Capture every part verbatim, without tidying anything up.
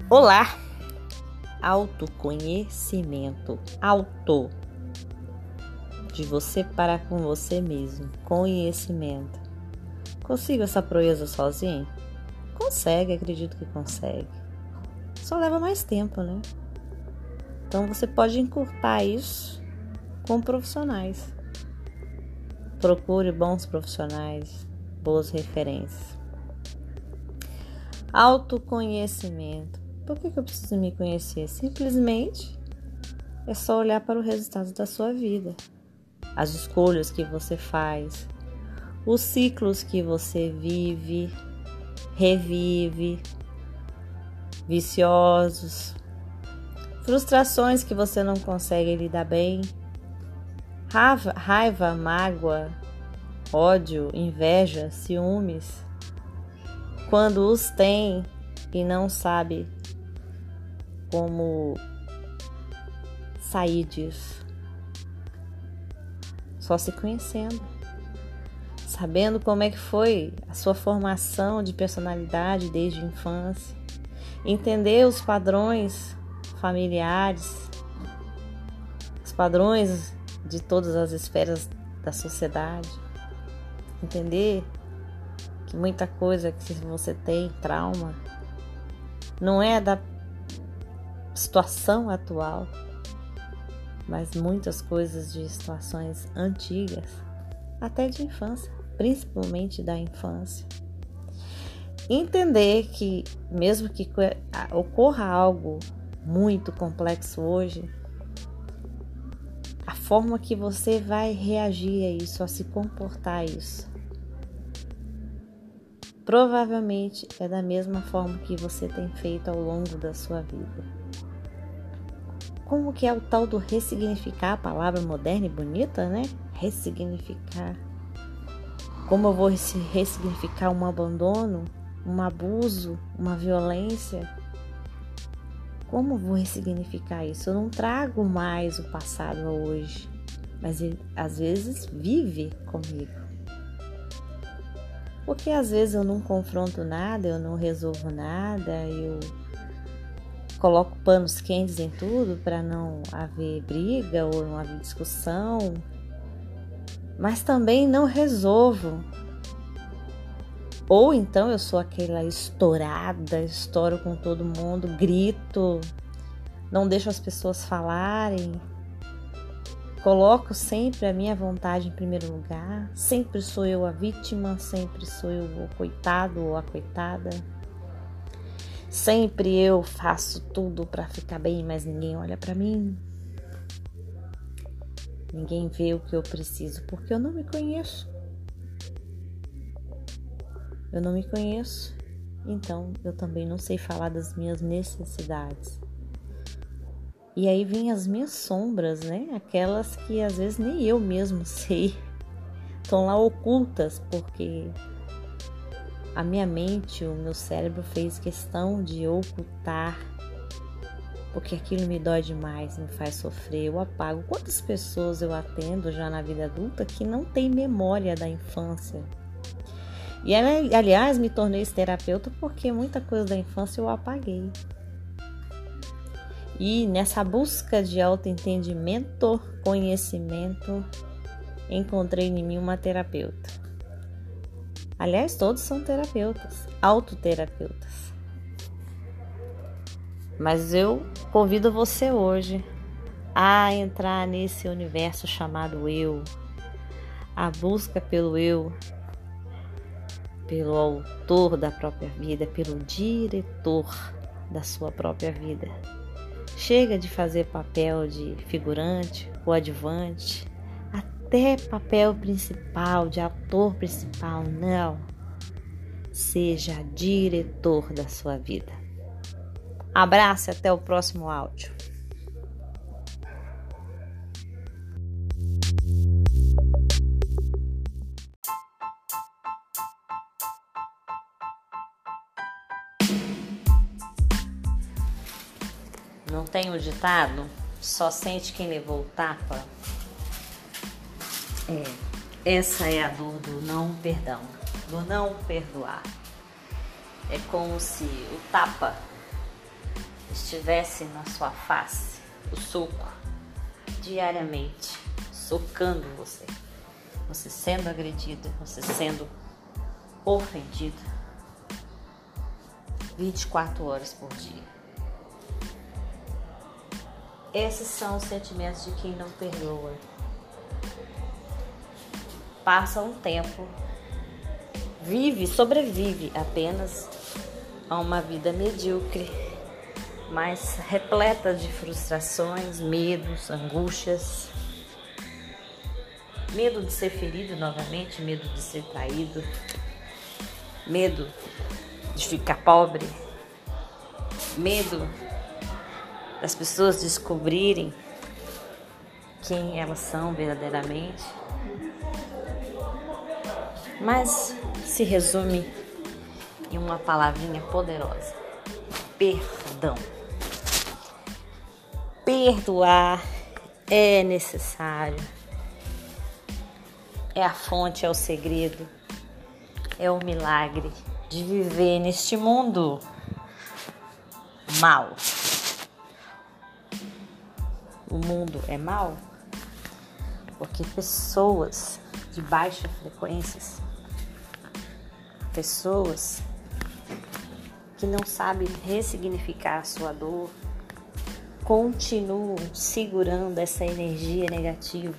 Olá! Autoconhecimento. Auto. De você para com você mesmo. Conhecimento. Consigo essa proeza sozinho? Consegue, acredito que consegue. Só leva mais tempo, né? Então você pode encurtar isso com profissionais. Procure bons profissionais, boas referências. Autoconhecimento. Por que que eu preciso me conhecer? Simplesmente é só olhar para o resultado da sua vida. As escolhas que você faz, os ciclos que você vive, revive, viciosos, frustrações que você não consegue lidar bem, raiva, raiva, mágoa, ódio, inveja, ciúmes. Quando os tem e não sabe como sair disso. Só se conhecendo. Sabendo como é que foi a sua formação de personalidade desde a infância. Entender os padrões familiares, os padrões de todas as esferas da sociedade. Entender que muita coisa que você tem, trauma, não é da situação atual, mas muitas coisas de situações antigas, até de infância, principalmente da infância. Entender que mesmo que ocorra algo muito complexo hoje, a forma que você vai reagir a isso, a se comportar a isso, provavelmente é da mesma forma que você tem feito ao longo da sua vida. Como que é o tal do ressignificar, a palavra moderna e bonita, né? Ressignificar. Como eu vou ressignificar um abandono, um abuso, uma violência? Como eu vou ressignificar isso? Eu não trago mais o passado a hoje, mas ele, às vezes, vive comigo. Porque às vezes eu não confronto nada, eu não resolvo nada, eu coloco panos quentes em tudo para não haver briga ou não haver discussão, mas também não resolvo. Ou então eu sou aquela estourada, estouro com todo mundo, grito, não deixo as pessoas falarem, coloco sempre a minha vontade em primeiro lugar, sempre sou eu a vítima, sempre sou eu o coitado ou a coitada. Sempre eu faço tudo para ficar bem, mas ninguém olha para mim. Ninguém vê o que eu preciso, porque eu não me conheço. Eu não me conheço, então eu também não sei falar das minhas necessidades. E aí vêm as minhas sombras, né? Aquelas que às vezes nem eu mesmo sei. Estão lá ocultas, porque a minha mente, o meu cérebro fez questão de ocultar, porque aquilo me dói demais, me faz sofrer, eu apago. Quantas pessoas eu atendo já na vida adulta que não tem memória da infância? E aliás, me tornei esse terapeuta porque muita coisa da infância eu apaguei. E nessa busca de autoentendimento, conhecimento, encontrei em mim uma terapeuta. Aliás, todos são terapeutas, autoterapeutas. Mas eu convido você hoje a entrar nesse universo chamado eu, a busca pelo eu, pelo autor da própria vida, pelo diretor da sua própria vida. Chega de fazer papel de figurante, coadjuvante, até papel principal, de ator principal, não. Seja diretor da sua vida. Abraço e até o próximo áudio. Não tem o ditado? Só sente quem levou o tapa? É, essa é a dor do não perdão, do não perdoar. É como se o tapa estivesse na sua face, o soco, diariamente, socando você, você sendo agredida, você sendo ofendida, vinte e quatro horas por dia. Esses são os sentimentos de quem não perdoa. Passa um tempo, vive, sobrevive apenas a uma vida medíocre, mas repleta de frustrações, medos, angústias, medo de ser ferido novamente, medo de ser traído, medo de ficar pobre, medo das pessoas descobrirem quem elas são verdadeiramente. Mas se resume em uma palavrinha poderosa: perdão. Perdoar é necessário. É a fonte, é o segredo, é o milagre de viver neste mundo mal. O mundo é mal porque pessoas de baixa frequência, pessoas que não sabem ressignificar a sua dor, continuam segurando essa energia negativa.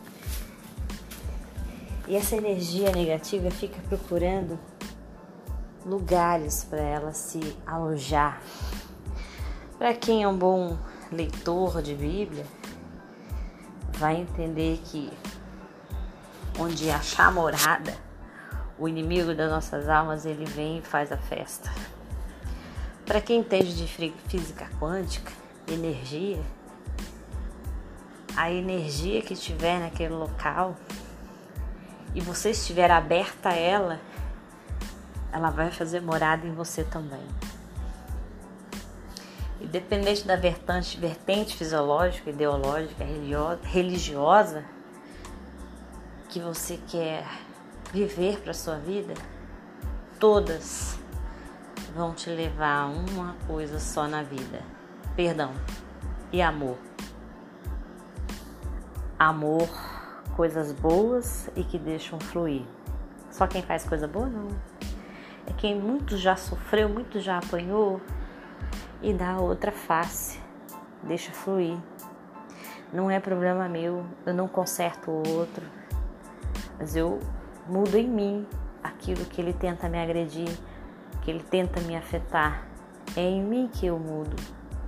E essa energia negativa fica procurando lugares para ela se alojar. Para quem é um bom leitor de Bíblia, vai entender que onde achar morada, o inimigo das nossas almas, ele vem e faz a festa. Para quem entende de física quântica, energia, a energia que estiver naquele local e você estiver aberta a ela, ela vai fazer morada em você também. Independente da vertente, vertente fisiológica, ideológica, religiosa que você quer viver para a sua vida, todas vão te levar a uma coisa só na vida: perdão e amor. Amor, coisas boas e que deixam fluir. Só quem faz coisa boa não. É quem muito já sofreu, muito já apanhou e dá outra face, deixa fluir. Não é problema meu, eu não conserto o outro, mas eu mudo em mim aquilo que ele tenta me agredir, que ele tenta me afetar. É em mim que eu mudo.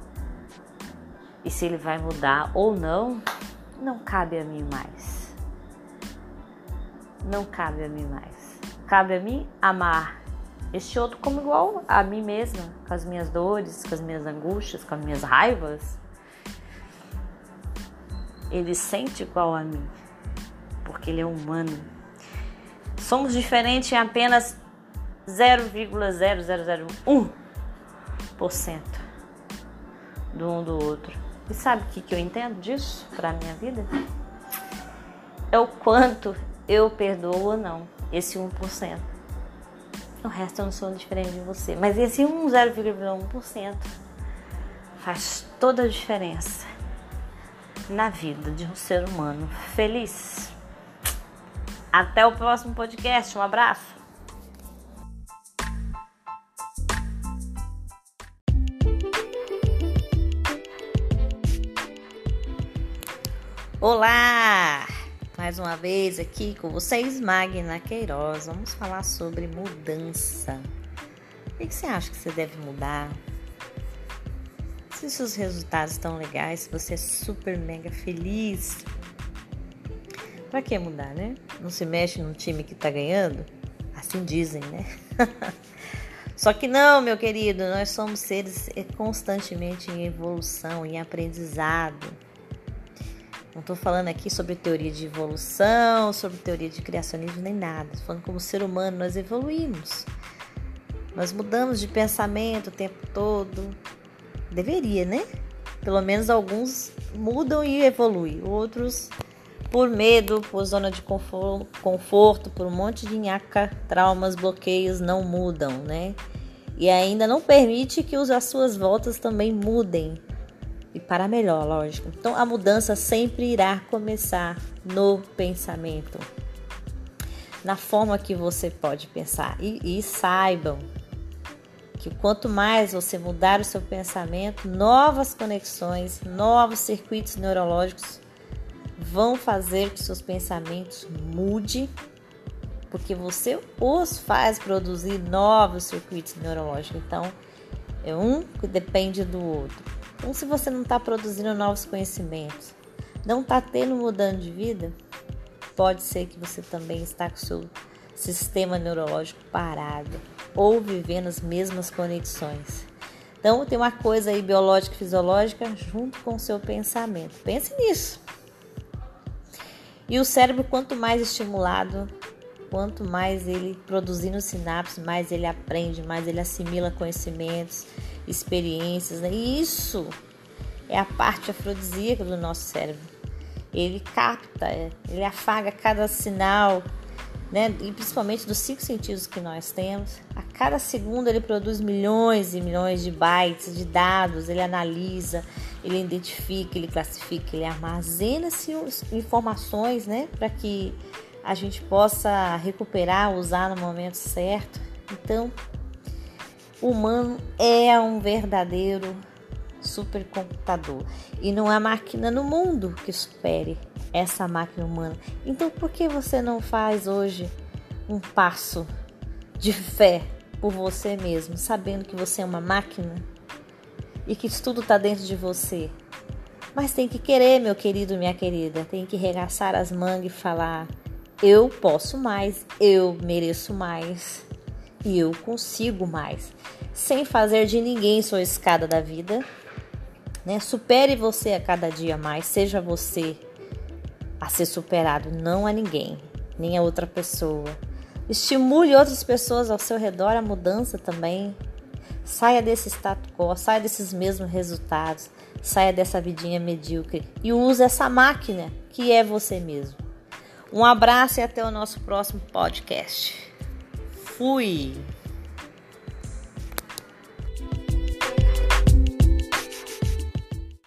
E se ele vai mudar ou não, não cabe a mim mais. Não cabe a mim mais. Cabe a mim amar este outro como igual a mim mesma, com as minhas dores, com as minhas angústias, com as minhas raivas. Ele sente igual a mim, porque ele é humano. Somos diferentes em apenas zero vírgula zero zero zero um por cento do um do outro. E sabe o que, que eu entendo disso para a minha vida? É o quanto eu perdoo ou não, esse um por cento. O resto eu não sou diferente de você. Mas esse zero vírgula um por cento faz toda a diferença na vida de um ser humano feliz. Até o próximo podcast. Um abraço. Olá! Mais uma vez aqui com vocês, Magna Queiroz. Vamos falar sobre mudança. O que você acha que você deve mudar? Se seus resultados estão legais, se você é super mega feliz, pra que mudar, né? Não se mexe num time que tá ganhando? Assim dizem, né? Só que não, meu querido, nós somos seres constantemente em evolução, em aprendizado. Não estou falando aqui sobre teoria de evolução, sobre teoria de criacionismo, nem nada. Estou falando como ser humano, nós evoluímos. Nós mudamos de pensamento o tempo todo. Deveria, né? Pelo menos alguns mudam e evoluem. Outros, por medo, por zona de conforto, por um monte de nhaca, traumas, bloqueios, não mudam, né? E ainda não permite que as suas voltas também mudem. E para melhor, lógico. Então a mudança sempre irá começar no pensamento. Na forma que você pode pensar. E, e saibam que quanto mais você mudar o seu pensamento, novas conexões, novos circuitos neurológicos vão fazer que seus pensamentos mudem, porque você os faz produzir novos circuitos neurológicos. Então, é um que depende do outro. Então, se você não está produzindo novos conhecimentos, não está tendo mudando de vida, pode ser que você também está com o seu sistema neurológico parado ou vivendo as mesmas conexões. Então, tem uma coisa aí biológica e fisiológica junto com o seu pensamento. Pense nisso. E o cérebro, quanto mais estimulado, quanto mais ele produzindo sinapses, mais ele aprende, mais ele assimila conhecimentos, experiências, né? E isso é a parte afrodisíaca do nosso cérebro. Ele capta, ele afaga cada sinal, né? E principalmente dos cinco sentidos que nós temos. A cada segundo ele produz milhões e milhões de bytes de dados, ele analisa, ele identifica, ele classifica, ele armazena informações, né? Para que a gente possa recuperar, usar no momento certo. Então, o humano é um verdadeiro supercomputador. E não há máquina no mundo que supere essa máquina humana. Então, por que você não faz hoje um passo de fé por você mesmo, sabendo que você é uma máquina e que isso tudo está dentro de você? Mas tem que querer, meu querido, minha querida. Tem que regaçar as mangas e falar: eu posso mais, eu mereço mais e eu consigo mais. Sem fazer de ninguém sua escada da vida, né? Supere você a cada dia mais, seja você a ser superado, não a ninguém, nem a outra pessoa. Estimule outras pessoas ao seu redor a mudança também. Saia desse status quo, saia desses mesmos resultados, saia dessa vidinha medíocre e use essa máquina que é você mesmo. Um abraço e até o nosso próximo podcast. Fui!